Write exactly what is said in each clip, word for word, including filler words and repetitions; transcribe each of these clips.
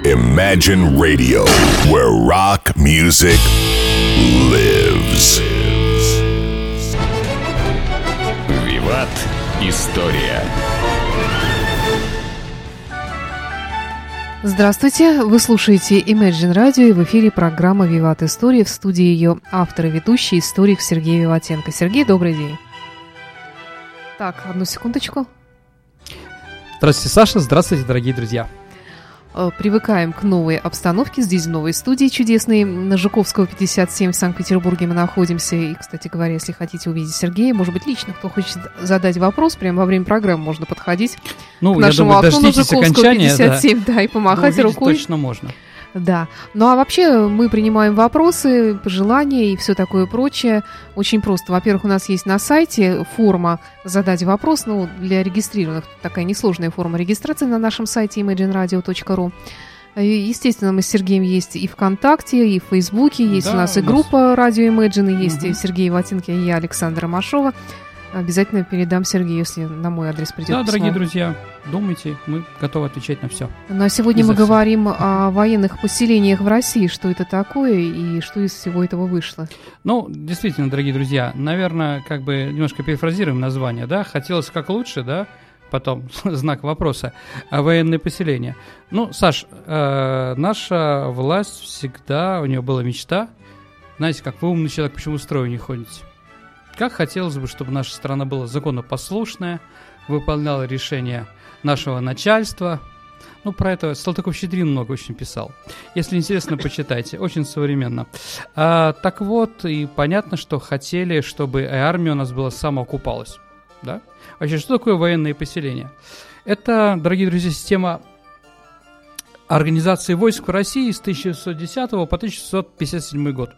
Imagine Radio, where rock music lives. Виват. История. Здравствуйте, вы слушаете Imagine Radio, и в эфире программа «Виват. История», в студии ее автор и ведущий, историк Сергей Виватенко. Сергей, добрый день. Так, одну секундочку. Здравствуйте, Саша, здравствуйте, дорогие друзья. Привыкаем к новой обстановке. Здесь в новой студии чудесной на Жуковского, пятьдесят семь в Санкт-Петербурге мы находимся. И, кстати говоря, если хотите увидеть Сергея, может быть, лично, кто хочет задать вопрос, прямо во время программы можно подходить ну, к нашему я думаю, окну на Жуковского, пятьдесят семь, да, да, и помахать ну, рукой. Точно можно. Да. Ну а вообще мы принимаем вопросы, пожелания и все такое прочее. Очень просто. Во-первых, у нас есть на сайте форма «Задать вопрос». Ну, для регистрированных такая несложная форма регистрации на нашем сайте имэджин радио точка ру. Естественно, мы с Сергеем есть и ВКонтакте, и в Фейсбуке. Есть да, у нас и группа «Радио Imagine», есть угу. и Сергей Виватенко, и я, Александра Машова. Обязательно передам Сергею, если на мой адрес придет Да, письмо. Дорогие друзья, думайте, мы готовы отвечать на все. Ну а сегодня мы все. говорим о военных поселениях в России. Что это такое и что из всего этого вышло? Ну, действительно, дорогие друзья, наверное, как бы немножко перефразируем название, да? Хотелось как лучше, да? Потом знак вопроса. А военные поселения. Ну, Саш, э, наша власть всегда, у нее была мечта. Знаете, как вы умный человек, почему в строй не ходите? Как хотелось бы, чтобы наша страна была законопослушная, выполняла решения нашего начальства. Ну, про это Салтыков-Щедрин много очень писал. Если интересно, почитайте. Очень современно. А, так вот, и понятно, что хотели, чтобы армия у нас была самоокупалась. Да? Вообще, что такое военные поселения? Это, дорогие друзья, система организации войск в России с тысяча девятьсот десятого по тысяча девятьсот пятьдесят седьмой год.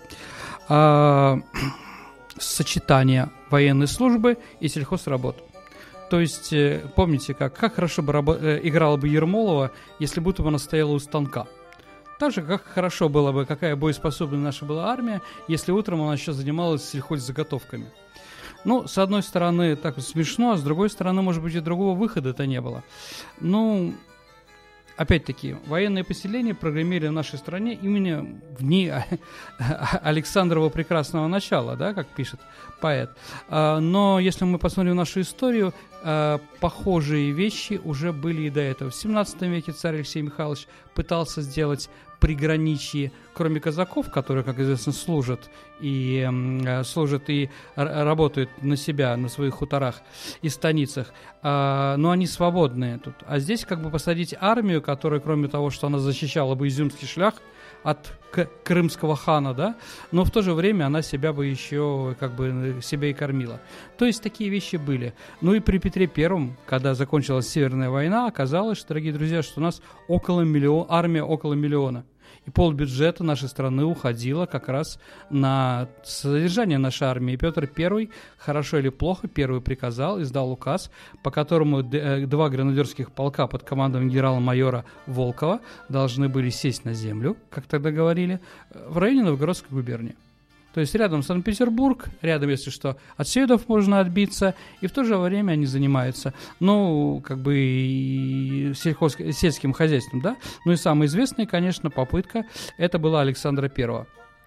А, сочетание военной службы и сельхозработ. То есть, помните, как, как хорошо бы рабо- играла бы Ермолова, если будто бы она стояла у станка. Так же, как хорошо было бы, какая боеспособная наша была армия, если утром она еще занималась сельхоззаготовками. Ну, с одной стороны, так вот смешно, а с другой стороны, может быть, и другого выхода-то не было. Ну, опять-таки, военные поселения прогреммировали в нашей стране именно в дни Александрова прекрасного начала, да, как пишет поэт. Но если мы посмотрим нашу историю, похожие вещи уже были и до этого. В семнадцатом веке царь Алексей Михайлович пытался сделать приграничье, кроме казаков, которые, как известно, служат и э, служат и р- работают на себя, на своих хуторах и станицах, э, но они свободные тут. А здесь как бы посадить армию, которая, кроме того, что она защищала бы изюмский шлях от к- крымского хана, да, но в то же время она себя бы еще как бы себя и кормила. То есть такие вещи были. Ну и при Петре Первом, когда закончилась Северная война, оказалось, что, дорогие друзья, что у нас около миллиона, армия около миллиона. И полбюджета нашей страны уходило как раз на содержание нашей армии. И Петр Первый, хорошо или плохо, первый приказал, издал указ, по которому д- два гренадерских полка под командованием генерала-майора Волкова должны были сесть на землю, как тогда говорили, в районе Новгородской губернии. То есть рядом Санкт-Петербург, рядом, если что, от шведов можно отбиться, и в то же время они занимаются, ну, как бы и сельхоз... сельским хозяйством, да. Ну и самая известная, конечно, попытка, это была Александра Первого.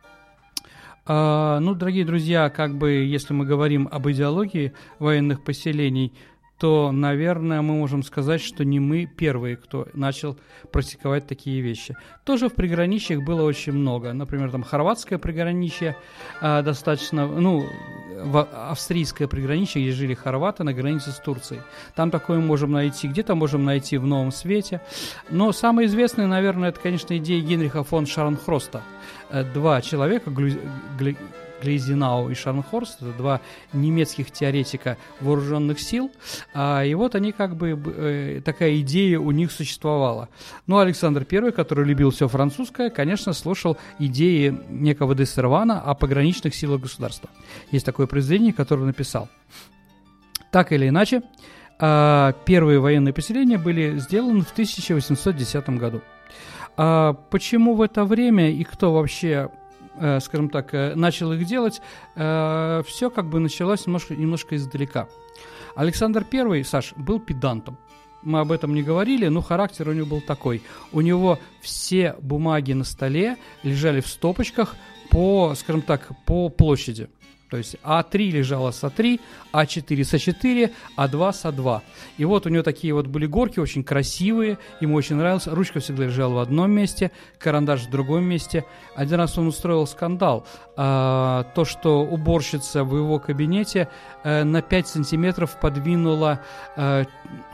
А, ну, дорогие друзья, как бы, если мы говорим об идеологии военных поселений, то, наверное, мы можем сказать, что не мы первые, кто начал практиковать такие вещи. Тоже в приграничьях было очень много. Например, там хорватское приграничье э, достаточно, ну, в австрийское приграничье, где жили хорваты на границе с Турцией. Там такое можем найти, где-то можем найти в Новом Свете. Но самое известное, наверное, это, конечно, идея Генриха фон Шарнхорста. Э, два человека, глю... Гли... Глейзенау и Шарнхорст, это два немецких теоретика вооруженных сил, а, и вот они как бы, э, такая идея у них существовала. Ну, Александр Первый, который любил все французское, конечно, слушал идеи некого де Сервана о пограничных силах государства. Есть такое произведение, которое он написал. Так или иначе, э, первые военные поселения были сделаны в тысяча восемьсот десятом году. А почему в это время и кто вообще, скажем так, начал их делать, все как бы началось немножко, немножко издалека. Александр Первый, Саш, был педантом. мы об этом не говорили, но характер у него был такой. У него все бумаги на столе лежали в стопочках по, скажем так, по площади. То есть А три лежало с А три, А четыре с А четыре, А два с А два. И вот у него такие вот были горки очень красивые, ему очень нравилось. Ручка всегда лежала в одном месте, карандаш в другом месте. Один раз он устроил скандал. А, то, что уборщица в его кабинете а, на пять сантиметров подвинула а,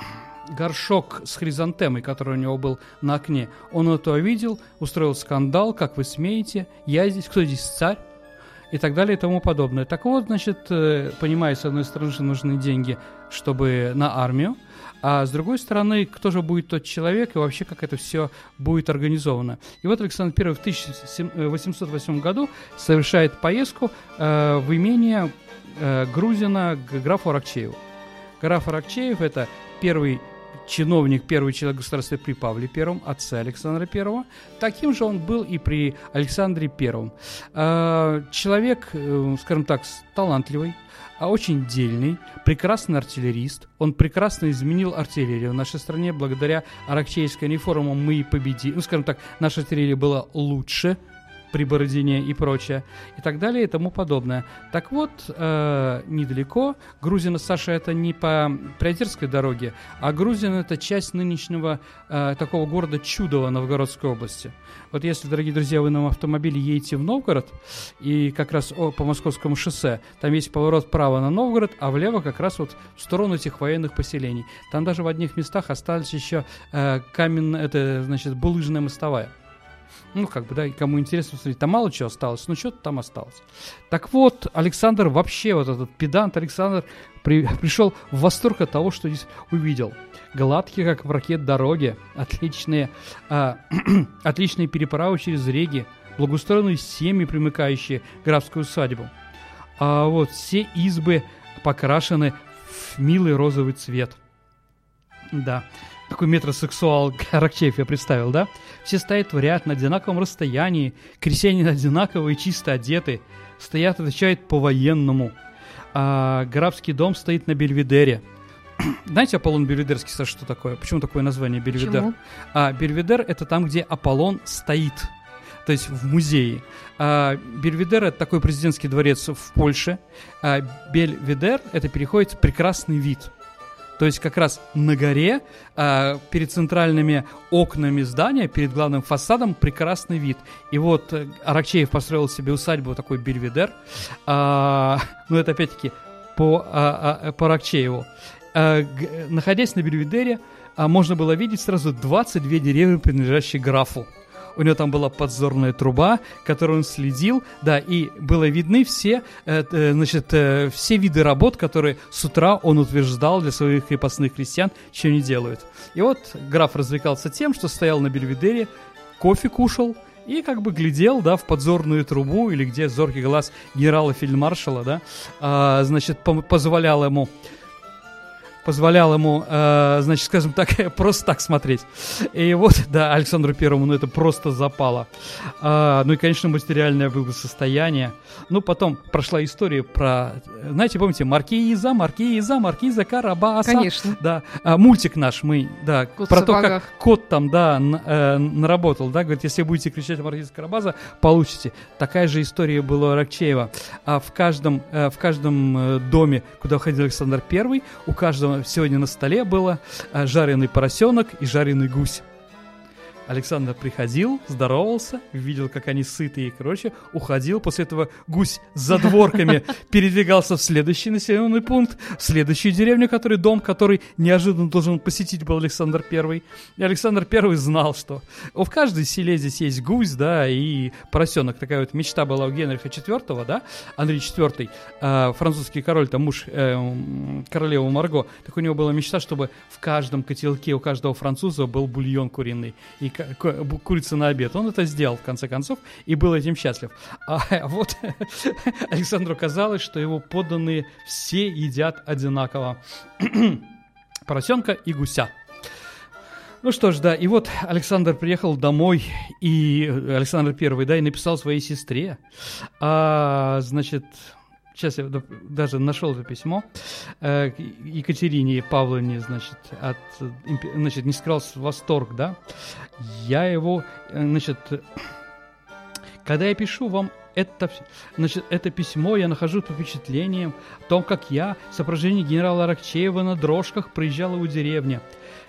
горшок с хризантемой, который у него был на окне. Он это увидел, устроил скандал, как вы смеете, я здесь, кто здесь царь? И так далее и тому подобное. Так вот, значит, понимая, с одной стороны, что нужны деньги, чтобы на армию, а с другой стороны, кто же будет тот человек и вообще как это все будет организовано. И вот Александр Первый в тысяча восемьсот восьмом году совершает поездку э, в имение э, Грузина к графу Аракчееву. Граф Аракчеев – это первый чиновник, первый человек государства при Павле Первом, отце Александра Первого. Таким же он был и при Александре Первом. Человек, скажем так, талантливый, очень дельный, прекрасный артиллерист. Он прекрасно изменил артиллерию в нашей стране. Благодаря Аракчеевской реформе мы и победили. Ну, скажем так, наша артиллерия была лучше при Бородине и прочее, и так далее, и тому подобное. Так вот, э, недалеко, Грузино, Саша, это не по Приозерской дороге, а Грузино — это часть нынешнего э, такого города Чудово Новгородской области. Вот если, дорогие друзья, вы на автомобиле едете в Новгород, и как раз о, по Московскому шоссе, там есть поворот вправо на Новгород, а влево как раз вот в сторону этих военных поселений. Там даже в одних местах остались еще э, каменная, это, значит, булыжная мостовая. Ну, как бы, да, кому интересно смотреть, там мало чего осталось, но что-то там осталось. Так вот, Александр вообще, вот этот педант Александр, при, пришел в восторг от того, что здесь увидел. Гладкие, как в ракет, дороги, отличные, а, отличные переправы через реки, благоустроенные семьи, примыкающие к графскую усадьбу. А вот все избы покрашены в милый розовый цвет. Да. Такой метросексуал Аракчеев я представил, да? Все стоят в ряд на одинаковом расстоянии, крестьяне одинаковые, чисто одеты, стоят, отвечают по-военному. А графский дом стоит на Бельведере. Знаете, Аполлон Бельведерский, Саша, что такое? Почему такое название Бельведер? Почему? А, Бельведер — это там, где Аполлон стоит, то есть в музее. А, Бельведер — это такой президентский дворец в Польше. А Бельведер — это переходит прекрасный вид. То есть как раз на горе, э, перед центральными окнами здания, перед главным фасадом прекрасный вид. И вот э, Аракчеев построил себе усадьбу, такой Бельведер. Э, ну, это опять-таки по, э, э, по Аракчееву. Э, г- находясь на Бельведере, э, можно было видеть сразу двадцать две деревни, принадлежащие графу. У него там была подзорная труба, которую он следил, да, и было видны все, э, э, значит, э, все виды работ, которые с утра он утверждал для своих крепостных крестьян, что они делают. И вот граф развлекался тем, что стоял на Бельведере, кофе кушал и как бы глядел, да, в подзорную трубу, или где зоркий глаз генерала-фельдмаршала, да, а, значит, по- позволял ему... позволял ему, э, значит, скажем так, просто так смотреть. И вот, да, Александру Первому, ну, это просто запало. А, ну, и, конечно, материальное благосостояние. Ну, потом прошла история про, знаете, помните, Маркиза, Маркиза, Маркиза Карабаса. Конечно. Да, а, мультик наш, мы, да, Кот про в то, сапогах. как кот там, да, н- э, наработал, да, говорит, если будете кричать Маркиза Карабаса, получите. Такая же история была у Аракчеева. А в каждом, э, в каждом э, доме, куда входил Александр Первый, у каждого сегодня на столе было а, жареный поросенок и жареный гусь. Александр приходил, здоровался, видел, как они сытые, и, короче, уходил. После этого гусь с задворками передвигался в следующий населенный пункт, в следующую деревню, который дом, который неожиданно должен посетить был Александр Первый. И Александр Первый знал, что в каждой селе здесь есть гусь, да, и поросенок. Такая вот мечта была у Генриха Четвертого, да, Андрей Четвертый, э, французский король, там муж э, королевы Марго. Так у него была мечта, чтобы в каждом котелке у каждого француза был бульон куриный и курица на обед. Он это сделал, в конце концов, и был этим счастлив. А вот Александру казалось, что его подданные все едят одинаково. Поросенка и гуся. Ну что ж, да, и вот Александр приехал домой, и Александр Первый, да, и написал своей сестре, а, значит, сейчас я даже нашел это письмо, э, Екатерине Павловне, значит, от, значит, не скрылся восторг, да, я его, значит, когда я пишу вам это, значит, это письмо, я нахожу под впечатлением о том, как я в сопровождении генерала Аракчеева на дрожках проезжал его деревню.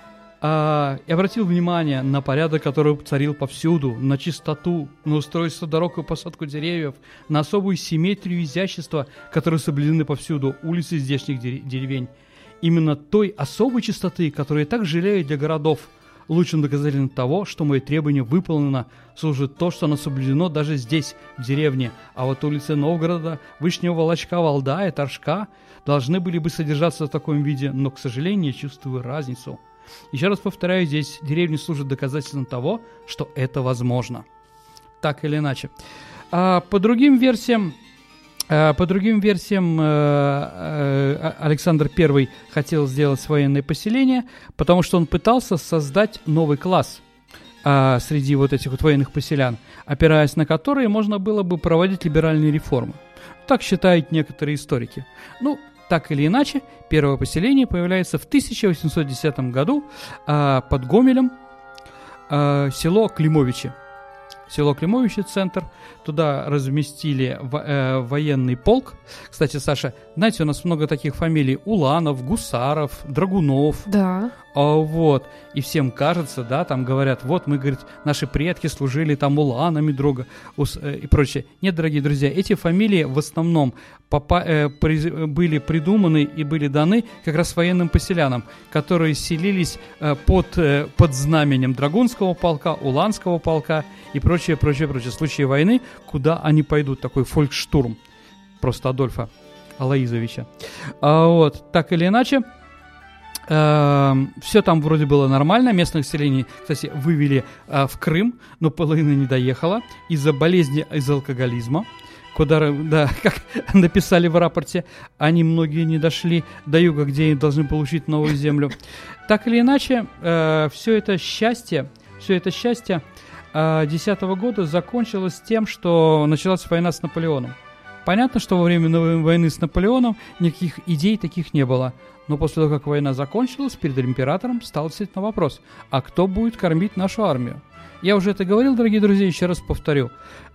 А, и обратил внимание на порядок, который царил повсюду, на чистоту, на устройство дорог и посадку деревьев, на особую симметрию и изящество, которые соблюдены повсюду, улицы здешних деревень. Именно той особой чистоты, которую я так жалею для городов. Лучшим доказательством того, что мое требование выполнено, служит то, что оно соблюдено даже здесь, в деревне. А вот улицы Новгорода, Вышнего Волочка, Валдая, Торжка должны были бы содержаться в таком виде, но, к сожалению, я чувствую разницу. Еще раз повторяю, здесь деревни служат доказательством того, что это возможно. Так или иначе. А по другим версиям, По другим версиям, Александр Первый хотел сделать военное поселение, потому что он пытался создать новый класс среди вот этих вот военных поселян, опираясь на которые можно было бы проводить либеральные реформы. Так считают некоторые историки. Ну, так или иначе, первое поселение появляется в тысяча восемьсот десятом году под Гомелем, село Климовичи. Село Климовичи, центр. Туда разместили во, э, военный полк. Кстати, Саша, знаете, у нас много таких фамилий: Уланов, Гусаров, Драгунов. Да. А, вот. И всем кажется, да, там говорят, вот мы, говорит, наши предки служили там уланами, друга ус, э, и прочее. Нет, дорогие друзья, эти фамилии в основном попа- э, при- были придуманы и были даны как раз военным поселянам, которые селились э, под, э, под знаменем Драгунского полка, Уланского полка и прочее, прочее, прочее. В случае войны, куда они пойдут? Такой фолькштурм просто Адольфа Алоизовича. А, вот, так или иначе, э, все там вроде было нормально. Местных населений, кстати, вывели э, в Крым, но половина не доехала из-за болезни, из-за алкоголизма. Куда, да, как написали в рапорте, они многие не дошли до юга, где они должны получить новую землю. Так или иначе, э, все это счастье, все это счастье десятого года закончилось тем, что началась война с Наполеоном. Понятно, что во время войны с Наполеоном никаких идей таких не было. Но после того, как война закончилась, перед императором стал действительно вопрос: а кто будет кормить нашу армию? Я уже это говорил, дорогие друзья, еще раз повторю.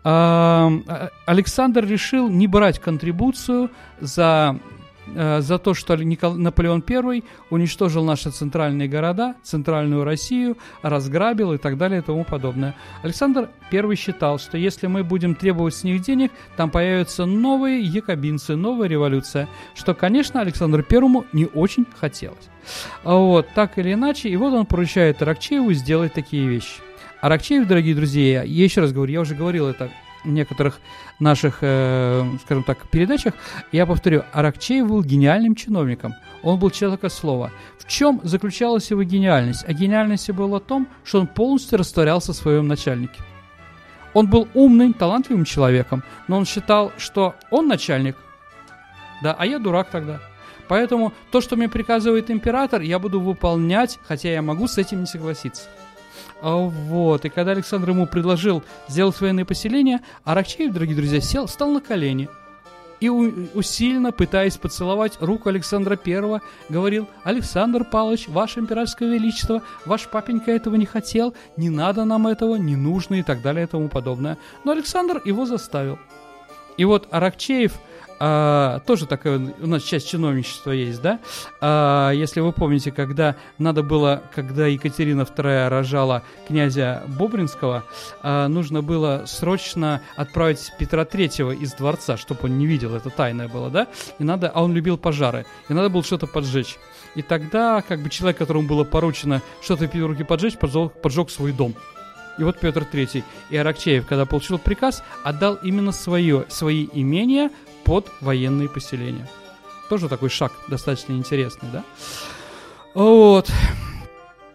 Александр решил не брать контрибуцию за... за то, что Наполеон Первый уничтожил наши центральные города, центральную Россию, разграбил и так далее и тому подобное. Александр Первый считал, что если мы будем требовать с них денег, там появятся новые якобинцы, новая революция, что, конечно, Александру Первому не очень хотелось. Вот, так или иначе, и вот он поручает Аракчееву сделать такие вещи. Аракчеев, дорогие друзья, я еще раз говорю, я уже говорил это в некоторых наших, э, скажем так, передачах, я повторю, Аракчеев был гениальным чиновником. Он был человек слова. В чем заключалась его гениальность? А гениальность была в том, что он полностью растворялся в своем начальнике. Он был умным, талантливым человеком, но он считал, что он начальник, да, а я дурак тогда. Поэтому то, что мне приказывает император, я буду выполнять, хотя я могу с этим не согласиться. Вот, и когда Александр ему предложил сделать военное поселение, Аракчеев, дорогие друзья, сел, встал на колени и у, усиленно, пытаясь поцеловать руку Александра Первого, говорил: Александр Павлович, ваше императорское величество, ваш папенька этого не хотел, не надо нам этого, не нужно и так далее и тому подобное. Но Александр его заставил. И вот Аракчеев, а, тоже такая у нас часть чиновничества есть, да? А, если вы помните, когда надо было, когда Екатерина Вторая рожала князя Бобринского, а, нужно было срочно отправить Петра Третьего из дворца, чтобы он не видел, это тайное было, да? И надо, а он любил пожары, и надо было что-то поджечь. И тогда, как бы, человек, которому было поручено что-то в руки поджечь, поджег, поджег свой дом. И вот Петр Третий и Аракчеев, когда получил приказ, отдал именно свое, свои имения под военные поселения. Тоже такой шаг достаточно интересный, да? Вот.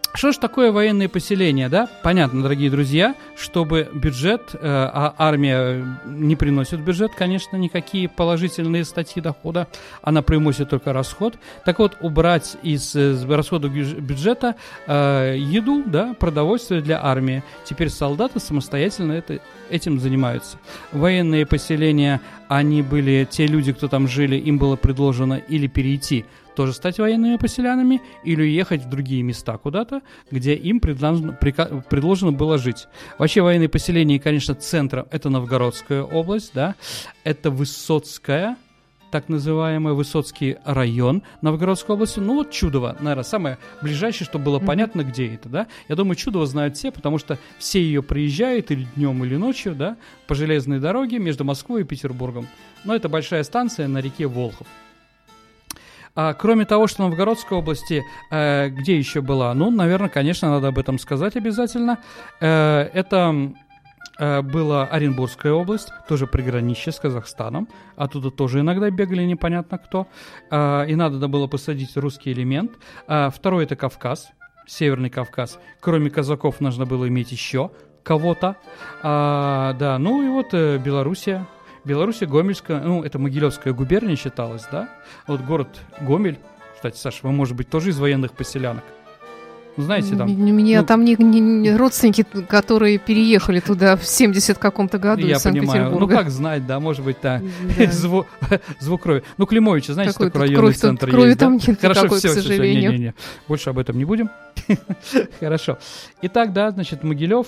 Что ж такое военные поселения, да? Понятно, дорогие друзья, чтобы бюджет, э, а армия не приносит в бюджет, конечно, никакие положительные статьи дохода, она приносит только расход. Так вот, убрать из, из расхода бюджета э, еду, да, продовольствие для армии. Теперь солдаты самостоятельно это, этим занимаются. Военные поселения, они были, те люди, кто там жили, им было предложено или перейти, тоже стать военными поселянами, или уехать в другие места куда-то, где им предложено, прика- предложено было жить. Вообще военные поселения, конечно, центром это Новгородская область, да, это Высоцкая, так называемый Высоцкий район Новгородской области. Ну вот Чудово, наверное, самое ближайшее, чтобы было mm-hmm. понятно, где это, да. Я думаю, Чудово знают все, потому что все ее приезжают или днем, или ночью, да, по железной дороге между Москвой и Петербургом. Но это большая станция на реке Волхов. А, кроме того, что в Новгородской области, э, где еще была? Ну, наверное, конечно, надо об этом сказать обязательно. Э, это э, была Оренбургская область, тоже приграничье с Казахстаном. Оттуда тоже иногда бегали непонятно кто. Э, и надо было посадить русский элемент. Э, второй – это Кавказ, Северный Кавказ. Кроме казаков нужно было иметь еще кого-то. Э, да, ну и вот э, Белоруссия. Белоруссия, Гомельская, ну, это Могилевская губерния считалась, да? Вот город Гомель, кстати, Саша, вы, может быть, тоже из военных поселянок? Знаете, там... У меня ну, там не, не, не родственники, которые переехали туда в семидесятом каком-то году я из Санкт-Петербурга. понимаю. Ну, как знать, да, может быть, да. да. Звук, звук крови. Ну, Климовича, знаете, такой районный кровь, центр крови есть, там да? нет Хорошо, никакой, все, к все, сожалению. все, не, не, не. Больше об этом не будем. Хорошо. Итак, да, значит, Могилев.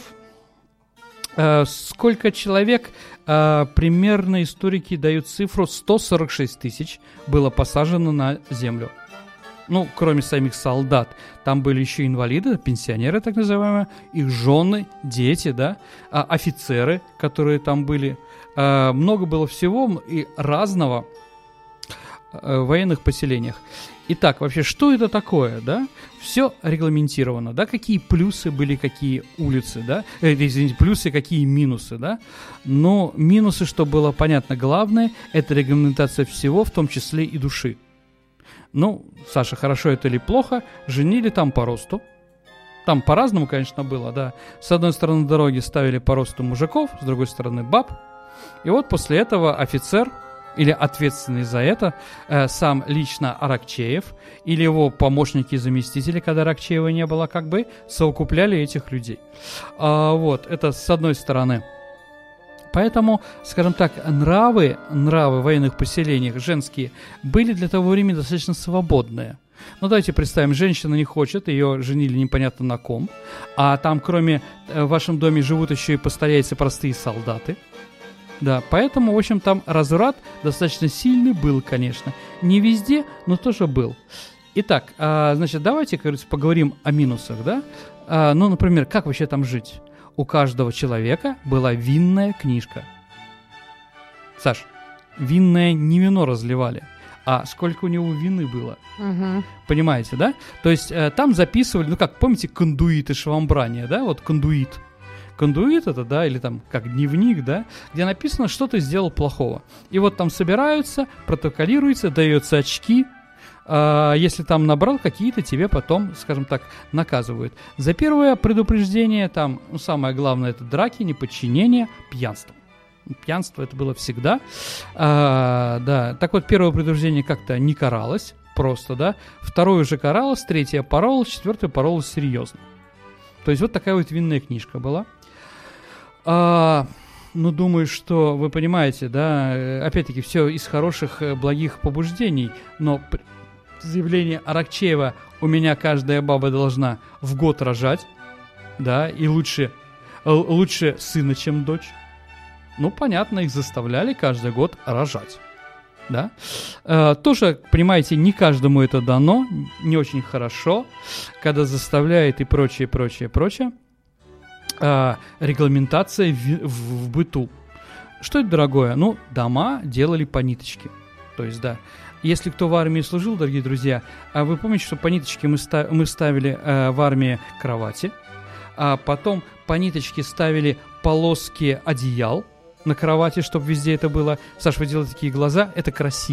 Uh, сколько человек, uh, примерно историки дают цифру сто сорок шесть тысяч было посажено на землю. Ну, кроме самих солдат, там были еще инвалиды, пенсионеры так называемые, их жены, дети, да, uh, офицеры, которые там были. Uh, много было всего и разного uh, в военных поселениях. Итак, вообще, что это такое, да? Все регламентировано, да? Какие плюсы были, какие улицы, да? Э, извините, плюсы, какие минусы, да? Но минусы, что было понятно, главное, это регламентация всего, в том числе и души. Ну, Саша, хорошо это или плохо, женили там по росту. Там по-разному, конечно, было, да. С одной стороны дороги ставили по росту мужиков, с другой стороны баб. И вот после этого офицер... или ответственный за это, э, сам лично Аракчеев, или его помощники и заместители, когда Аракчеева не было, как бы совокупляли этих людей. А, вот, это с одной стороны. Поэтому, скажем так, нравы, нравы в военных поселениях женские были для того времени достаточно свободные. Ну, давайте представим, женщина не хочет, ее женили непонятно на ком, а там, кроме э, в вашем доме, живут еще и постояльцы, простые солдаты. Да, поэтому, в общем, там разврат достаточно сильный был, конечно. Не везде, но тоже был. Итак, а, значит, давайте, как говорится, поговорим о минусах, да? А, ну, например, как вообще там жить? У каждого человека была винная книжка. Саш, винное не вино разливали, а сколько у него вины было. Угу. Понимаете, да? То есть э, там записывали, ну как, помните, кондуит и швамбрание, да? Вот кондуит. Кондуит это, да, или там как дневник, да, где написано, что ты сделал плохого. И вот там собираются, протоколируется, даются очки. Э, если там набрал какие-то, тебе потом, скажем так, наказывают. За первое предупреждение там, ну, самое главное, это драки, неподчинение, пьянство. Пьянство это было всегда. А, да, так вот, первое предупреждение как-то не каралось, просто, да. Второе уже каралось, третье поролось, четвертое поролось серьезно. То есть вот такая вот винная книжка была. А, ну, думаю, что вы понимаете, да, опять-таки, все из хороших, благих побуждений, но заявление Аракчеева «у меня каждая баба должна в год рожать», да, и лучше, лучше сына, чем дочь. Ну, понятно, их заставляли каждый год рожать, да. Э, тоже, понимаете, не каждому это дано, не очень хорошо, когда заставляет и прочее, прочее, прочее. Э, регламентация в, в, в быту. Что это, дорогое? Ну, дома делали по ниточке. То есть, да, если кто в армии служил, дорогие друзья, а вы помните, что по ниточке мы, ста- мы ставили э, в армии кровати, а потом по ниточке ставили полоски одеял на кровати, чтобы везде это было. Саш, вы делаете такие глаза, это красиво.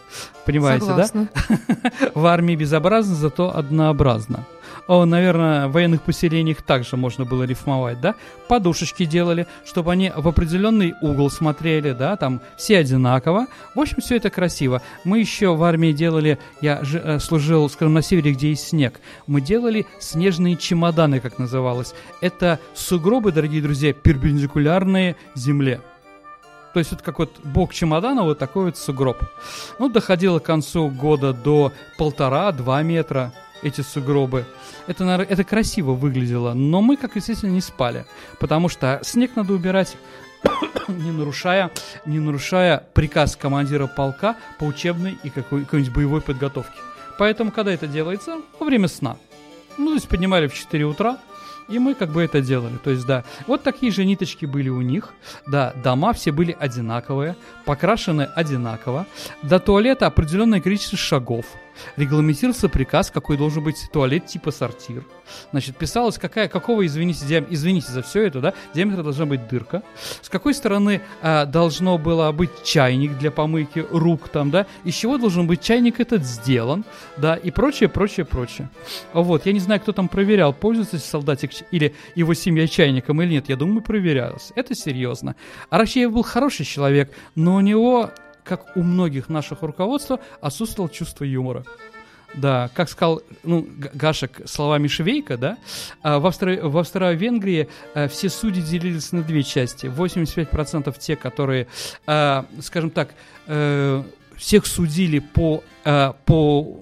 Понимаете, Согласна. да? В армии безобразно, зато однообразно. О, наверное, в военных поселениях также можно было рифмовать, да? Подушечки делали, чтобы они в определенный угол смотрели, да, там все одинаково. В общем, все это красиво. Мы еще в армии делали, я ж, э, служил, скажем, на севере, где есть снег. Мы делали снежные чемоданы, как называлось. Это сугробы, дорогие друзья, перпендикулярные земле. То есть вот как вот бок чемодана, вот такой вот сугроб. Ну, доходило к концу года до полтора-два метра эти сугробы. Это, это красиво выглядело, но мы, как естественно, не спали, потому что снег надо убирать, не нарушая, не нарушая приказ командира полка по учебной и какой- какой-нибудь боевой подготовке. Поэтому, когда это делается? Во время сна. Ну, то есть поднимали в четыре утра, и мы как бы это делали. То есть, да, вот такие же ниточки были у них. Да, дома все были одинаковые, покрашены одинаково. До туалета определенное количество шагов. Регламентировался приказ, какой должен быть туалет типа сортир. Значит, писалось, какая, какого, извините, диам, извините за все это, да, диаметра должна быть дырка. С какой стороны а, должно было быть чайник для помойки рук там, да, из чего должен быть чайник этот сделан, да, и прочее, прочее, прочее. Вот, я не знаю, кто там проверял, пользуется солдатик или его семья чайником или нет, я думаю, проверялось. Это серьезно. Аракчеев был хороший человек, но у него, как у многих наших руководства, отсутствовало чувство юмора. Да, как сказал, ну, Гашек словами Швейка, да, в, Австро- в Австро-Венгрии все судьи делились на две части. восемьдесят пять процентов те, которые, скажем так, всех судили по, по,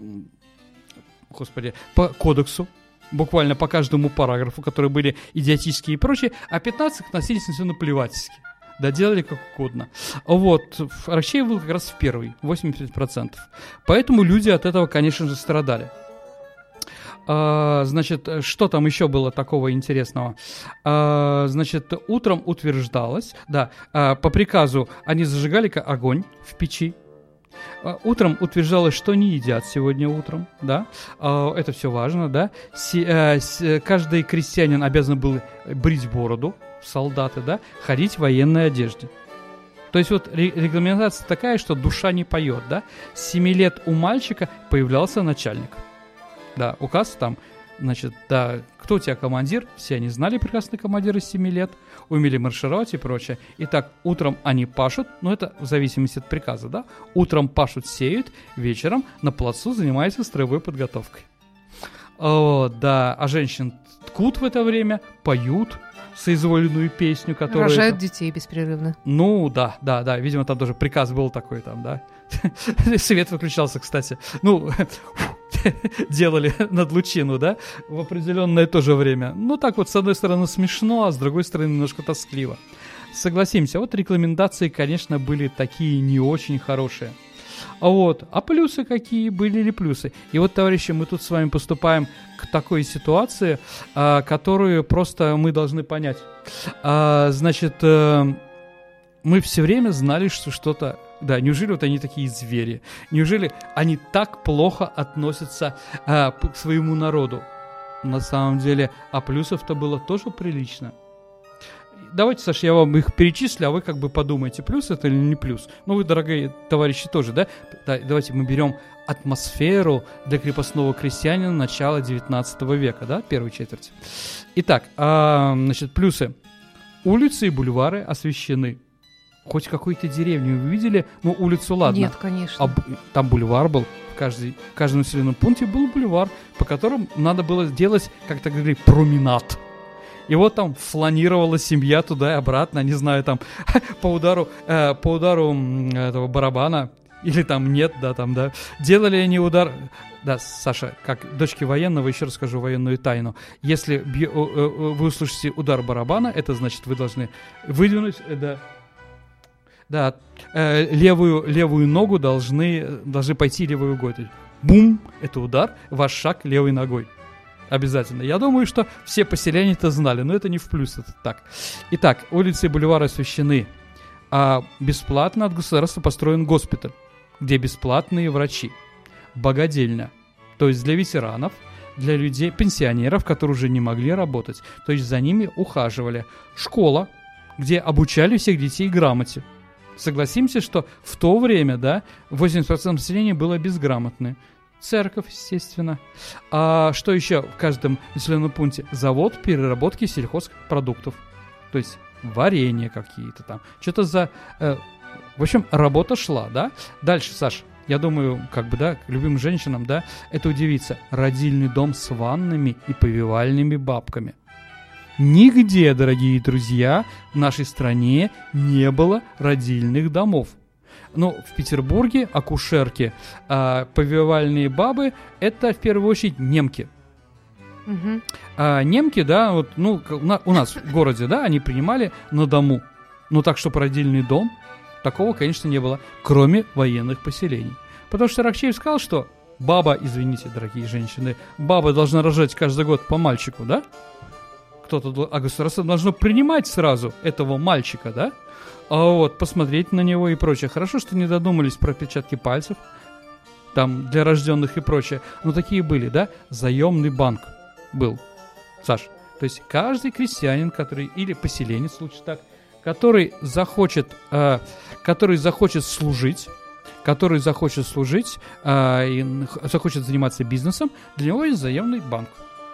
господи, по кодексу, буквально по каждому параграфу, которые были идиотические и прочее, а пятнадцать относились на все наплевательски. Да, делали как угодно. Вот, Аракчеев был как раз в первый, восемьдесят пять процентов. Поэтому люди от этого, конечно же, страдали. А, значит, что там еще было такого интересного? А, значит, утром утверждалось, да, а, по приказу они зажигали огонь в печи. Утром утверждалось, что не едят сегодня утром, да, это все важно, да. Каждый крестьянин обязан был брить бороду, солдаты, да, ходить в военной одежде. То есть вот регламентация такая, что душа не поет, да. С семи лет у мальчика появлялся начальник. Да, указ там, значит, да, кто у тебя командир? Все они знали прекрасно командира с семи лет, умели маршировать и прочее. Итак, утром они пашут, ну это в зависимости от приказа, да. Утром пашут, сеют, вечером на плацу занимаются строевой подготовкой. О, да, а женщин ткут в это время, поют соизволенную песню, которая... Рожают детей беспрерывно. Ну, да, да, да, видимо, там тоже приказ был такой там, да. Свет выключался, кстати. Ну, делали над лучину, да, в определенное тоже время. Ну, так вот, с одной стороны смешно, а с другой стороны немножко тоскливо. Согласимся, вот рекомендации, конечно, были такие не очень хорошие. А вот, а плюсы какие? Были ли плюсы? И вот, товарищи, мы тут с вами поступаем к такой ситуации, а, которую просто мы должны понять. А, значит, а, мы все время знали, что что-то... Да, неужели вот они такие звери? Неужели они так плохо относятся а, к своему народу? На самом деле, а плюсов-то было тоже прилично. Давайте, Саша, я вам их перечислю, а вы как бы подумайте, плюс это или не плюс. Ну, вы, дорогие товарищи, тоже, да? да давайте мы берем атмосферу для крепостного крестьянина начала девятнадцатого века, да, первой четверти. Итак, а, значит, плюсы. Улицы и бульвары освещены. Хоть какой-то деревню вы видели? Ну, улицу, ладно. Нет, конечно. А, там бульвар был. В, каждой, в каждом населенном пункте был бульвар, по которому надо было делать, как так говорили, променад. И вот там фланировала семья туда и обратно, не знаю, там по удару, э, по удару этого барабана, или там нет, да, там, да. Делали они удар... Да, Саша, как дочки военного, еще расскажу военную тайну. Если бью, э, э, вы услышите удар барабана, это значит, вы должны выдвинуть, э, да, да, э, левую, левую ногу должны, должны пойти левой ногой. Бум, это удар, ваш шаг левой ногой. Обязательно. Я думаю, что все поселяне это знали, но это не в плюс, это так. Итак, улицы и бульвары освещены. А бесплатно от государства построен госпиталь, где бесплатные врачи. Богадельня. То есть для ветеранов, для людей, пенсионеров, которые уже не могли работать. То есть за ними ухаживали. Школа, где обучали всех детей грамоте. Согласимся, что в то время, да, восемьдесят процентов населения было безграмотны. Церковь, естественно. А что еще в каждом населенном пункте? Завод переработки сельхозпродуктов. То есть варенье какие-то там. Что-то за... Э, в общем, работа шла, да? Дальше, Саш, я думаю, как бы, да, к любым женщинам, да, это удивится. Родильный дом с ваннами и повивальными бабками. Нигде, дорогие друзья, в нашей стране не было родильных домов. Ну, в Петербурге акушерки, а повивальные бабы – это в первую очередь немки. Угу. А немки, да, вот, ну, у нас в городе, да, они принимали на дому. Ну, так, чтобы родильный дом, такого, конечно, не было, кроме военных поселений. Потому что Аракчеев сказал, что баба, извините, дорогие женщины, баба должна рожать каждый год по мальчику, да? Кто-то, а государство должно принимать сразу этого мальчика, да? А вот, посмотреть на него и прочее. Хорошо, что не додумались про отпечатки пальцев, там, для рожденных и прочее. Но такие были, да? Заемный банк был, Саш. То есть каждый крестьянин, который, или поселенец, лучше так, который захочет, э, который захочет служить, который захочет служить, э, и захочет заниматься бизнесом, для него есть заемный банк.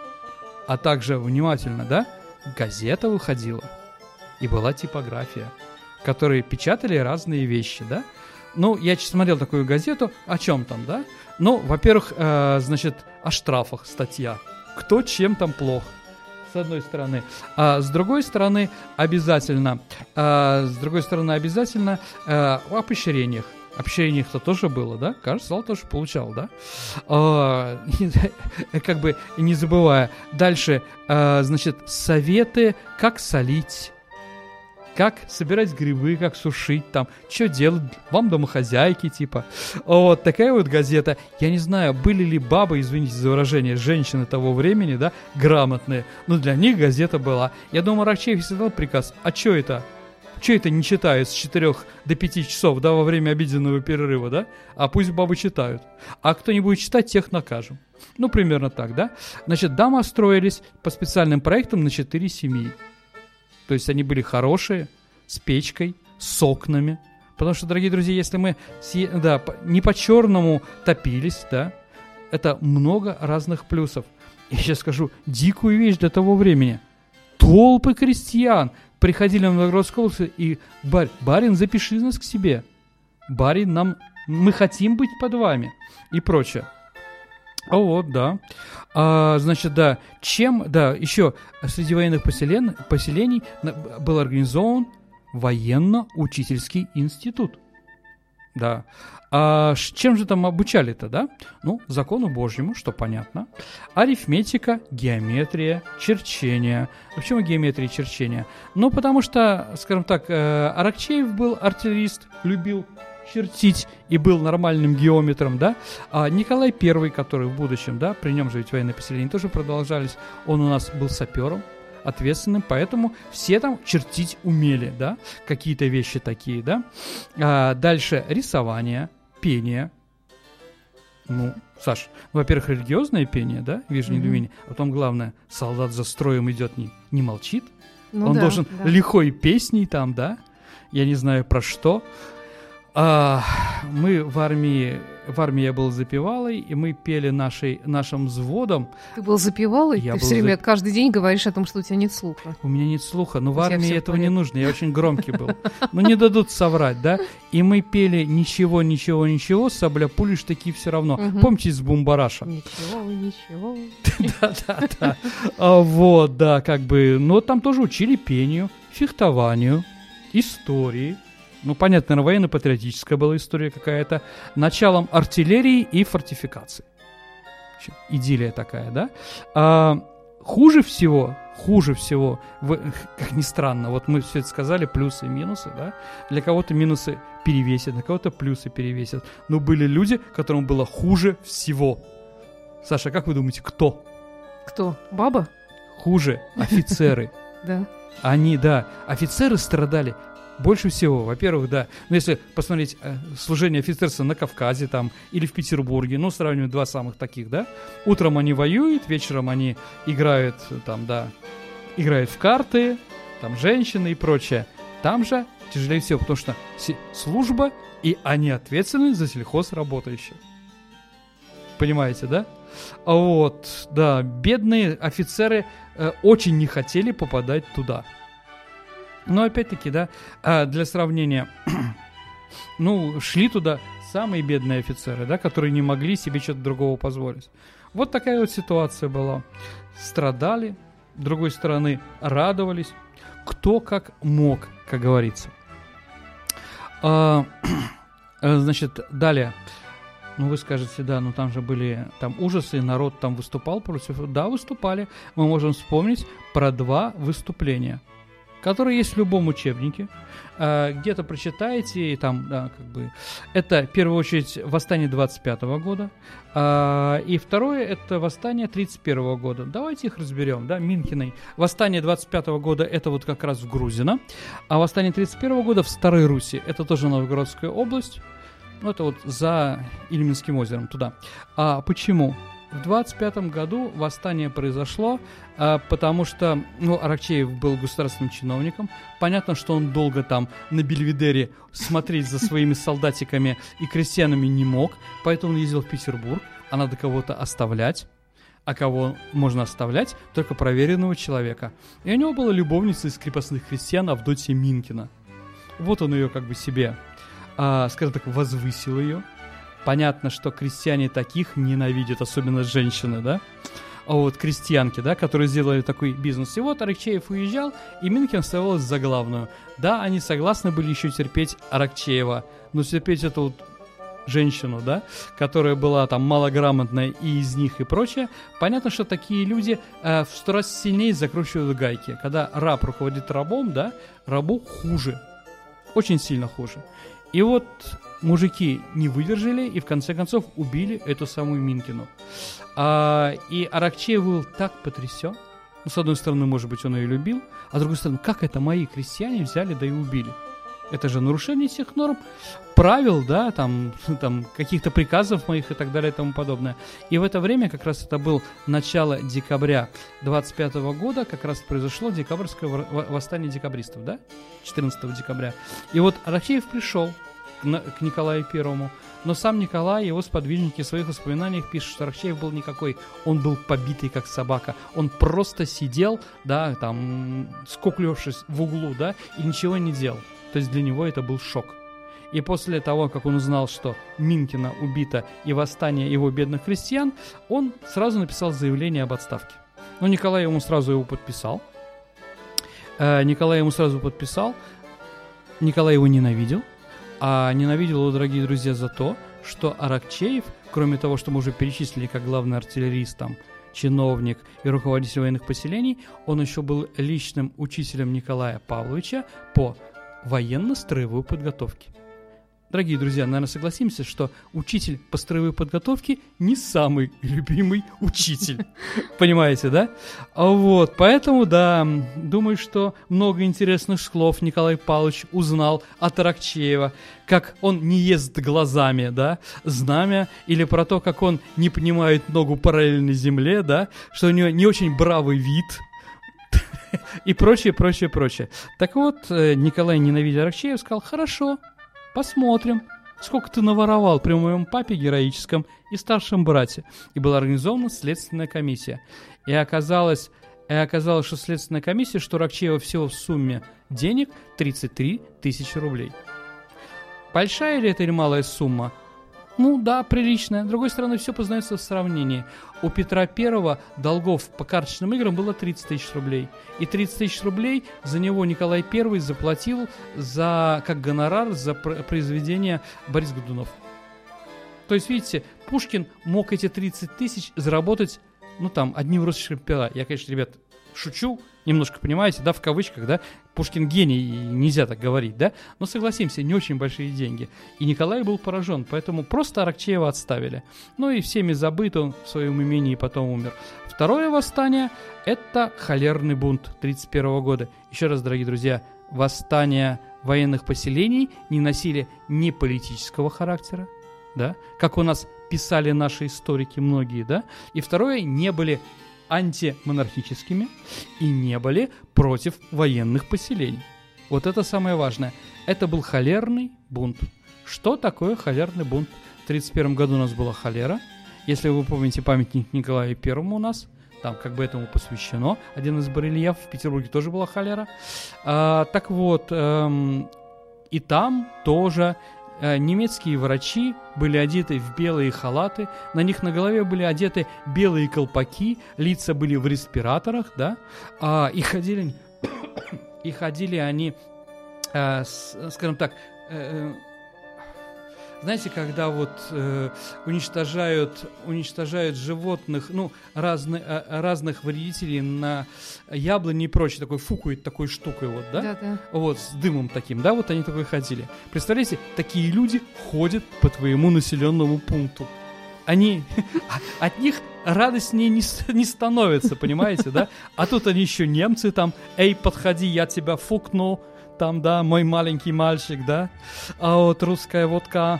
А также, внимательно, да, газета выходила, и была типография, которые печатали разные вещи, да. Ну, я смотрел такую газету, о чем там, да? Ну, во-первых, э, значит, о штрафах статья. Кто чем там плох, с одной стороны. А с другой стороны, обязательно, а, с другой стороны, обязательно э, о поощрениях. О поощрениях-то тоже было, да? Кажется, Слава тоже получал, да? А, как бы не забывая. Дальше, а, значит, советы, как солить, как собирать грибы, как сушить, там, что делать, вам домохозяйки, типа. Вот такая вот газета. Я не знаю, были ли бабы, извините за выражение, женщины того времени, да, грамотные, но для них газета была. Я думаю, Аракчеев всегда дал приказ, а что это? Что это не читают с четырёх до пяти часов, да, во время обеденного перерыва, да? А пусть бабы читают. А кто не будет читать, тех накажем. Ну, примерно так, да? Значит, дома строились по специальным проектам на четыре семьи. То есть они были хорошие, с печкой, с окнами. Потому что, дорогие друзья, если мы да, не по-черному топились, да, это много разных плюсов. Я сейчас скажу дикую вещь для того времени. Толпы крестьян приходили на Новгородскую область и барь, барин, запиши нас к себе. Барин, нам, мы хотим быть под вами. И прочее. А вот, да. А, значит, да, чем, да, еще среди военных поселен, поселений был организован военно-учительский институт. Да. А чем же там обучали-то, да? Ну, закону Божьему, что понятно. Арифметика, геометрия, черчение. Почему геометрия и черчение? Ну, потому что, скажем так, Аракчеев был артиллерист, любил чертить и был нормальным геометром, да, а Николай Первый, который в будущем, да, при нем же ведь военные поселения тоже продолжались, он у нас был сапером, ответственным, поэтому все там чертить умели, да, какие-то вещи такие, да. А дальше рисование, пение. Ну, Саш, ну, во-первых, религиозное пение, да, вижу недоумение, mm-hmm. а потом главное, солдат за строем идет, не, не молчит, ну, он да, должен да. лихой песней там, да, я не знаю про что. А, мы в армии, в армии я был запевалой, и мы пели нашей, нашим взводом. Ты был запевалой? Я Ты все время за... каждый день говоришь о том, что у тебя нет слуха. У меня нет слуха, но у в армии этого не нужно, я очень громкий был. Ну не дадут соврать, да? И мы пели «Ничего, ничего, ничего, сабля пули штыки все равно». Помните из «Бумбараша»? Ничего, ничего. Да-да-да. Вот, да, как бы, но там тоже учили пению, фехтованию, истории. Ну, понятно, наверное, военно-патриотическая была история какая-то. Началом артиллерии и фортификации. Идиллия такая, да? А, хуже всего, хуже всего, в, как ни странно, вот мы все это сказали, плюсы и минусы, да? Для кого-то минусы перевесят, для кого-то плюсы перевесят. Но были люди, которым было хуже всего. Саша, как вы думаете, кто? Кто? Баба? Хуже офицеры. Да. Они, да, офицеры страдали больше всего, во-первых, да. Ну, если посмотреть э, служение офицерства на Кавказе там или в Петербурге, ну, сравнивать два самых таких, да. Утром они воюют, вечером они играют, там, да, играют в карты, там, женщины и прочее. Там же тяжелее всего, потому что служба, и они ответственны за сельхозработающих. Понимаете, да? Вот, да, бедные офицеры э, очень не хотели попадать туда. Но опять-таки, да, э, для сравнения, ну, шли туда самые бедные офицеры, да, которые не могли себе что-то другого позволить. Вот такая вот ситуация была. Страдали, с другой стороны, радовались. Кто как мог, как говорится. А, значит, далее. Ну, вы скажете, да, ну там же были там ужасы, народ там выступал против... Да, выступали. Мы можем вспомнить про два выступления, которые есть в любом учебнике. А, где-то прочитаете, и там, да, как бы... Это, в первую очередь, восстание двадцать пятого года. А, и второе, это восстание тридцать первого года. Давайте их разберем, да, Минкиной. Восстание двадцать пятого года, это вот как раз в Грузино. А восстание тридцать первого года в Старой Руси. Это тоже Новгородская область. Ну, это вот за Ильменским озером, туда. А почему? В двадцать пятом году восстание произошло, а, потому что, ну, Аракчеев был государственным чиновником. Понятно, что он долго там на Бельведере смотреть за своими солдатиками и крестьянами не мог, поэтому он ездил в Петербург, а надо кого-то оставлять. А кого можно оставлять? Только проверенного человека. И у него была любовница из крепостных крестьян Авдотья Минкина. Вот он ее как бы себе... А, скажем так, возвысил ее. Понятно, что крестьяне таких ненавидят, особенно женщины, да? А вот крестьянки, да, которые сделали такой бизнес. И вот Аракчеев уезжал, и Минкин оставалась за главную. Да, они согласны были еще терпеть Аракчеева, но терпеть эту вот женщину, да, которая была там малограмотная и из них и прочее. Понятно, что такие люди э, в сто раз сильнее закручивают гайки. Когда раб руководит рабом, да, рабу хуже. Очень сильно хуже. И вот мужики не выдержали и в конце концов убили эту самую Минкину. А, и Аракчеев был так потрясен. Ну, с одной стороны, может быть, он ее любил, а с другой стороны, как это мои крестьяне взяли да и убили? Это же нарушение всех норм, правил, да, там, там каких-то приказов моих и так далее и тому подобное. И в это время, как раз это был начало декабря двадцать пятого года, как раз произошло декабрьское восстание декабристов, да, четырнадцатого декабря. И вот Аракчеев пришел к, к Николаю Первому, но сам Николай, его сподвижники в своих воспоминаниях пишут, что Аракчеев был никакой, он был побитый как собака, он просто сидел, да, там, скуклёвшись в углу, да, и ничего не делал. То есть для него это был шок. И после того, как он узнал, что Минкина убита и восстание его бедных крестьян, он сразу написал заявление об отставке. Ну, Николай ему сразу его подписал. Э, Николай ему сразу подписал. Николай его ненавидел. А ненавидел его, дорогие друзья, за то, что Аракчеев, кроме того, что мы уже перечислили как главный артиллерист, там, чиновник и руководитель военных поселений, он еще был личным учителем Николая Павловича по военно-строевой подготовке. Дорогие друзья, наверное, согласимся, что учитель по строевой подготовке не самый любимый учитель. Понимаете, да? Вот, поэтому, да, думаю, что много интересных слов Николай Павлович узнал от Аракчеева, как он не ест глазами, да, знамя, или про то, как он не поднимает ногу параллельно земле, да, что у него не очень бравый вид, и прочее, прочее, прочее. Так вот, Николай, ненавидя Аракчеева, сказал: хорошо, посмотрим, сколько ты наворовал при моем папе героическом и старшем брате. И была организована следственная комиссия. И оказалось, и оказалось, что следственная комиссия, что Аракчеева всего в сумме денег тридцать три тысячи рублей. Большая ли это или малая сумма? Ну да, приличная. С другой стороны, все познается в сравнении. У Петра Первого долгов по карточным играм было тридцать тысяч рублей. И тридцать тысяч рублей за него Николай Первый заплатил за, как гонорар за произведение Борис Годунов. То есть, видите, Пушкин мог эти тридцать тысяч заработать, ну там, одним русским пера. Я, конечно, ребят, шучу, немножко, понимаете, да, в кавычках, да, Пушкин гений, нельзя так говорить, да, но согласимся, не очень большие деньги. И Николай был поражен, поэтому просто Аракчеева отставили. Ну и всеми забыт, он в своем имении потом умер. Второе восстание – это холерный бунт тридцать первого года. Еще раз, дорогие друзья, восстания военных поселений не носили ни политического характера, да, как у нас писали наши историки многие, да, и второе, не были антимонархическими и не были против военных поселений. Вот это самое важное. Это был холерный бунт. Что такое холерный бунт? В тридцать первом году у нас была холера. Если вы помните памятник Николаю Первому у нас, там как бы этому посвящено. Один из барельефов в Петербурге тоже была холера. А, так вот, эм, и там тоже э, немецкие врачи были одеты в белые халаты, на них на голове были одеты белые колпаки, лица были в респираторах, да, а, и ходили, и ходили они, э, с, скажем так, э, знаете, когда вот э, уничтожают, уничтожают животных, ну, разны, э, разных вредителей на яблони и прочее, такой фукает такой штукой вот, да? Да-да. Вот, с дымом таким, да, вот они такой ходили. Представляете, такие люди ходят по твоему населенному пункту. Они, от них радостнее не, не становится, понимаете, да? А тут они еще немцы там, эй, подходи, я тебя фукну. Там, да, мой маленький мальчик, да, а вот русская водка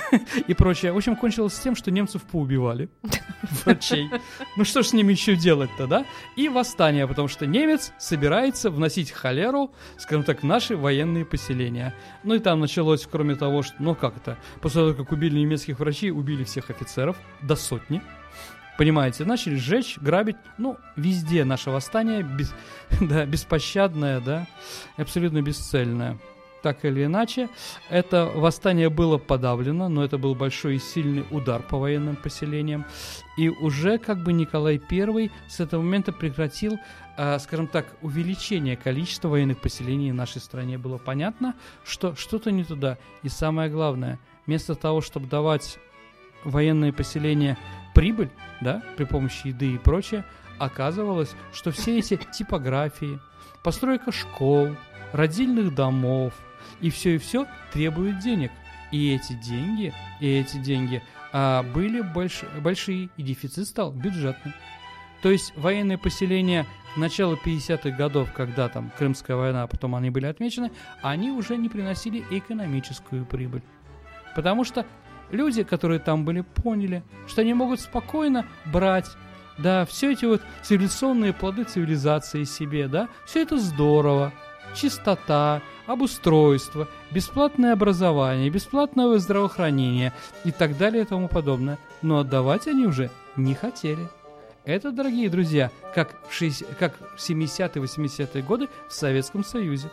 и прочее. В общем, кончилось с тем, что немцев поубивали, врачей. Ну что ж с ними еще делать-то, да? И восстание, потому что немец собирается вносить холеру, скажем так, в наши военные поселения. Ну и там началось, кроме того, что, ну как это, после того, как убили немецких врачей, убили всех офицеров, до сотни. Понимаете, начали сжечь, грабить, ну, везде наше восстание, без, да, беспощадное, да, абсолютно бесцельное. Так или иначе, это восстание было подавлено, но это был большой и сильный удар по военным поселениям. И уже как бы Николай Первый с этого момента прекратил, э, скажем так, увеличение количества военных поселений в нашей стране. Было понятно, что что-то не туда. И самое главное, вместо того, чтобы давать военные поселения прибыль, да, при помощи еды и прочее, оказывалось, что все эти типографии, постройка школ, родильных домов и все и все требуют денег. И эти деньги, и эти деньги а, были больш, большие, и дефицит стал бюджетным. То есть военные поселения начала пятидесятых годов, когда там Крымская война, а потом они были отмечены, они уже не приносили экономическую прибыль. Потому что люди, которые там были, поняли, что они могут спокойно брать, да, все эти вот цивилизационные плоды цивилизации себе, да, все это здорово, чистота, обустройство, бесплатное образование, бесплатное здравоохранение и так далее и тому подобное. Но отдавать они уже не хотели. Это, дорогие друзья, как в, шестидесятые, как в семидесятые, восьмидесятые годы в Советском Союзе.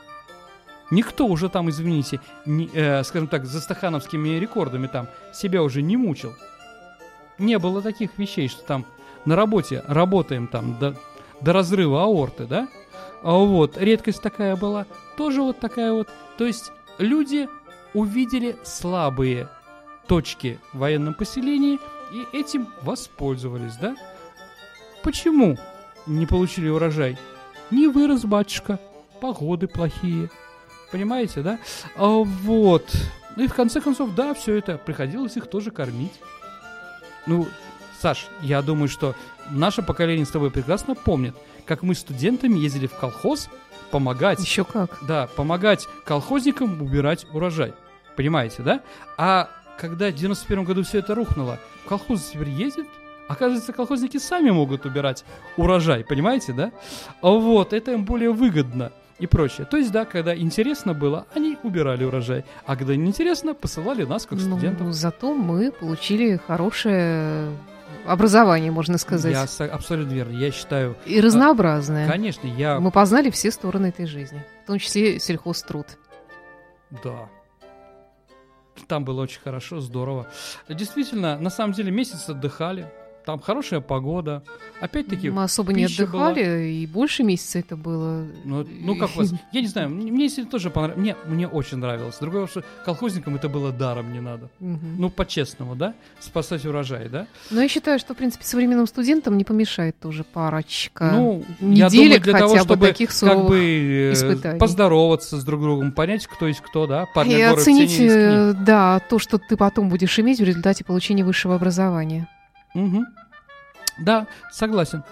Никто уже там, извините, не, э, скажем так, за стахановскими рекордами там себя уже не мучил. Не было таких вещей, что там на работе работаем там до, до разрыва аорты, да? А вот, редкость такая была, тоже вот такая вот. То есть люди увидели слабые точки в военном поселении и этим воспользовались, да? Почему не получили урожай? Не вырос, батюшка, погоды плохие. Понимаете, да? А вот. Ну и в конце концов, да, все это приходилось их тоже кормить. Ну, Саш, я думаю, что наше поколение с тобой прекрасно помнит, как мы студентами ездили в колхоз помогать. Еще как. Да, помогать колхозникам убирать урожай. Понимаете, да? А когда в девяносто первом году все это рухнуло, колхозы теперь ездят, оказывается, колхозники сами могут убирать урожай, понимаете, да? Вот, это им более выгодно. И прочее. То есть, да, когда интересно было, они убирали урожай. А когда неинтересно, посылали нас как студентов. Ну, зато мы получили хорошее образование, можно сказать. Я со- абсолютно верно. Я считаю... И разнообразное. Конечно, я... Мы познали все стороны этой жизни. В том числе сельхозтруд. Да. Там было очень хорошо, здорово. Действительно, на самом деле, месяц отдыхали. Там хорошая погода. Опять-таки, мы особо не отдыхали, была... и больше месяца это было. Ну, ну как вас? Я не знаю, мне, мне если тоже понравилось. Мне, мне очень нравилось. Другое, что колхозникам это было даром не надо. Угу. Ну, по-честному, да? Спасать урожай, да? Но я считаю, что, в принципе, современным студентам не помешает тоже парочка ну, неделек я думаю, для хотя того, бы чтобы таких суровых как бы, испытаний. Поздороваться с друг другом, понять, кто есть кто, да? И оценить, да, то, что ты потом будешь иметь в результате получения высшего образования. Угу. Да, согласен.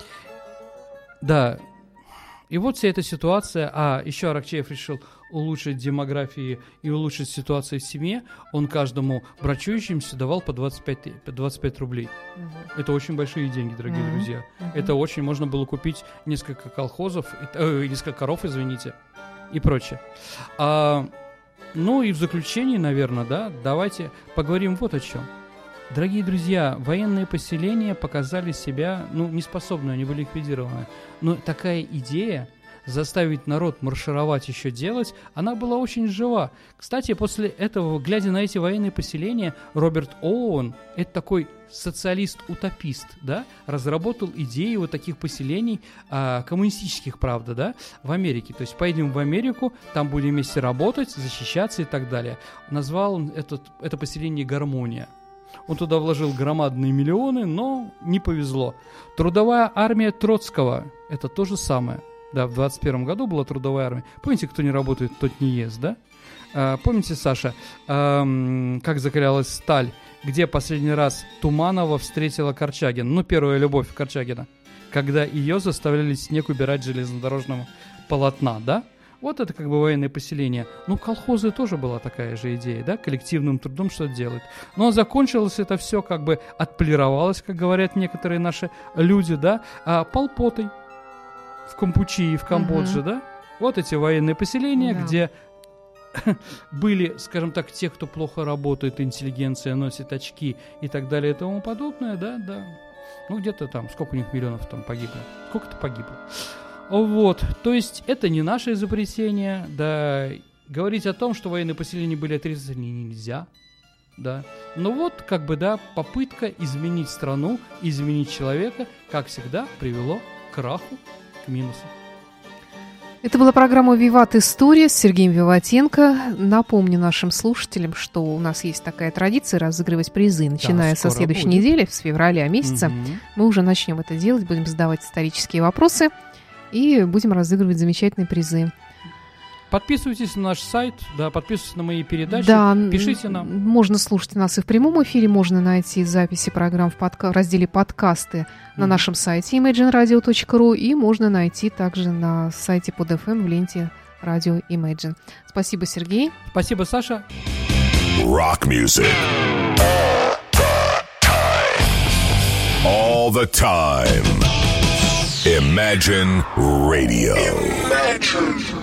Да. И вот вся эта ситуация. А еще Аракчеев решил улучшить демографию и улучшить ситуацию в семье. Он каждому брачующимся давал по двадцать пять рублей. Угу. Это очень большие деньги, дорогие угу. друзья. Угу. Это очень можно было купить несколько колхозов, э, несколько коров, извините, и прочее. А, Ну и в заключении, наверное, да, давайте поговорим вот о чем. Дорогие друзья, военные поселения показали себя, ну, неспособные, они были ликвидированы. Но такая идея заставить народ маршировать еще делать, она была очень жива. Кстати, после этого, глядя на эти военные поселения, Роберт Оуэн, это такой социалист-утопист, да, разработал идеи вот таких поселений, а, коммунистических, правда, да, в Америке. То есть поедем в Америку, там будем вместе работать, защищаться и так далее. Назвал он этот, это поселение «Гармония». Он туда вложил громадные миллионы, но не повезло. Трудовая армия Троцкого – это то же самое. Да, в двадцать первом году была трудовая армия. Помните, кто не работает, тот не ест, да? А, помните, Саша, а, как закалялась сталь, где последний раз Туманова встретила Корчагина? Ну, первая любовь Корчагина. Когда ее заставляли снег убирать с железнодорожного полотна, да? Вот это как бы военное поселение. Ну, колхозы тоже была такая же идея, да? Коллективным трудом что-то делать. Но закончилось это все как бы отполировалось, как говорят некоторые наши люди, да? А, полпотой. В Кампучии, в Камбодже, uh-huh. да? Вот эти военные поселения, yeah. где были, скажем так, те, кто плохо работает, интеллигенция носит очки и так далее и тому подобное, да, да. Ну, где-то там, сколько у них миллионов там погибло? Сколько-то погибло. Вот, то есть это не наше изобретение, да. Говорить о том, что военные поселения были отрезаны, нельзя, да. Но вот, как бы, да, попытка изменить страну, изменить человека, как всегда, привело к краху, к минусу. Это была программа «Виват. История» с Сергеем Виватенко. Напомню нашим слушателям, что у нас есть такая традиция разыгрывать призы, начиная да, со следующей будет. недели, с февраля месяца. Угу. Мы уже начнем это делать, будем задавать исторические вопросы и будем разыгрывать замечательные призы. Подписывайтесь на наш сайт, да, подписывайтесь на мои передачи, да, пишите нам. Можно слушать нас и в прямом эфире, можно найти записи программ в, подка- в разделе «Подкасты» mm-hmm. на нашем сайте имэджин радио точка ру и можно найти также на сайте под эф эм в ленте радио Imagine. Спасибо, Сергей. Спасибо, Саша. Rock music. All the time. Imagine Radio. Imagine.